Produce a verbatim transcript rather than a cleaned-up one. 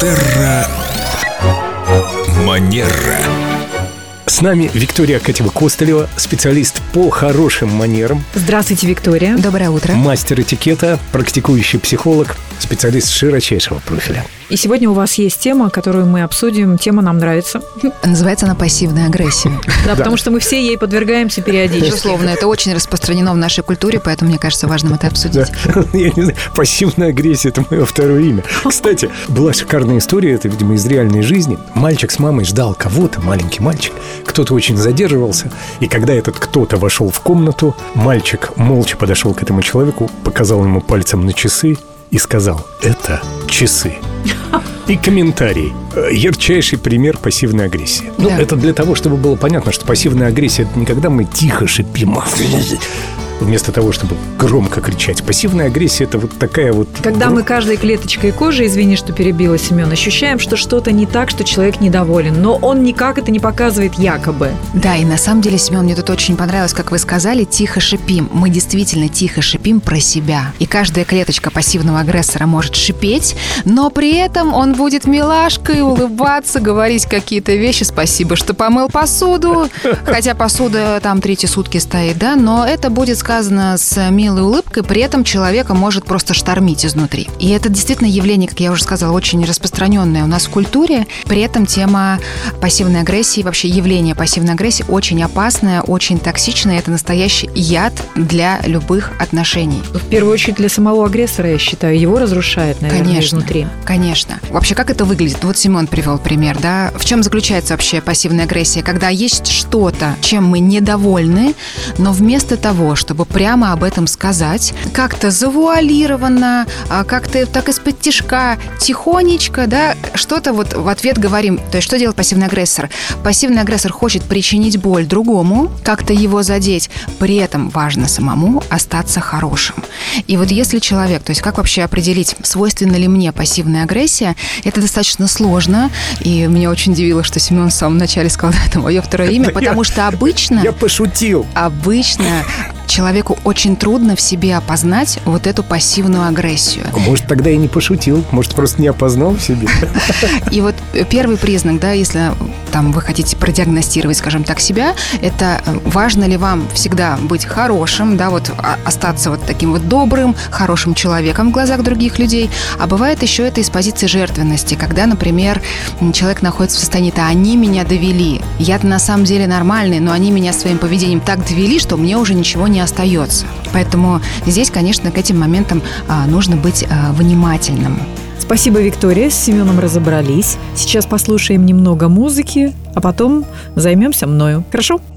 Терра Манера. С нами Виктория Акатьева-Костылева, специалист по хорошим манерам. Здравствуйте, Виктория. Доброе утро. Мастер этикета, практикующий психолог, специалист широчайшего профиля. И сегодня у вас есть тема, которую мы обсудим. Тема нам нравится. Называется она «Пассивная агрессия». Да, потому что мы все ей подвергаемся периодически. Безусловно, это очень распространено в нашей культуре, поэтому, мне кажется, важным это обсудить. Я не знаю, пассивная агрессия – это мое второе имя. Кстати, была шикарная история, это, видимо, из реальной жизни. Мальчик с мамой ждал кого-то, маленький мальчик. Кто-то очень задерживался, и когда этот кто-то вошел в комнату, мальчик молча подошел к этому человеку, показал ему пальцем на часы и сказал: «Это часы». И комментарий. Ярчайший пример пассивной агрессии. Ну, Да. это для того, чтобы было понятно, что пассивная агрессия – это не когда мы тихо шипим, вместо того, чтобы громко кричать. Пассивная агрессия – это вот такая вот... Когда мы каждой клеточкой кожи, извини, что перебила, Семен, ощущаем, что что-то не так, что человек недоволен, но он никак это не показывает якобы. Да, и на самом деле, Семен, мне тут очень понравилось, как вы сказали, тихо шипим. Мы действительно тихо шипим про себя. И каждая клеточка пассивного агрессора может шипеть, но при этом он будет милашкой, улыбаться, говорить какие-то вещи. Спасибо, что помыл посуду. Хотя посуда там третьи сутки стоит, да, но это будет сказано с милой улыбкой, при этом человека может просто штормить изнутри. И это действительно явление, как я уже сказала, очень распространенное у нас в культуре. При этом тема пассивной агрессии, вообще явление пассивной агрессии очень опасное, очень токсичное. Это настоящий яд для любых отношений. В первую очередь для самого агрессора, я считаю, его разрушает, наверное, Конечно, изнутри. конечно. Вообще, как это выглядит? Вот Семен привел пример, да? В чем заключается вообще пассивная агрессия? Когда есть что-то, чем мы недовольны, но вместо того, чтобы прямо об этом сказать, как-то завуалированно, как-то так из-под тишка, тихонечко, да, что-то вот в ответ говорим. То есть что делает пассивный агрессор? Пассивный агрессор хочет причинить боль другому, как-то его задеть, при этом важно самому остаться хорошим. И вот если человек, то есть как вообще определить, свойственна ли мне пассивная агрессия, это достаточно сложно, и меня очень удивило, что Семен в самом начале сказал, это мое второе имя, потому что обычно... Я пошутил. Обычно человеку очень трудно в себе опознать вот эту пассивную агрессию. Может, тогда и не пошутил, может, просто не опознал в себе. И вот первый признак, да, если там вы хотите продиагностировать, скажем так, себя, это важно ли вам всегда быть хорошим, да, вот остаться вот таким вот добрым, хорошим человеком в глазах других людей. А бывает еще это из позиции жертвенности, когда, например, человек находится в состоянии, то они меня довели, я-то на самом деле нормальный, но они меня своим поведением так довели, что мне уже ничего не остается. Поэтому здесь, конечно, к этим моментам а, нужно быть а, внимательным. Спасибо, Виктория. С Семеном разобрались. Сейчас послушаем немного музыки, а потом займемся мною. Хорошо?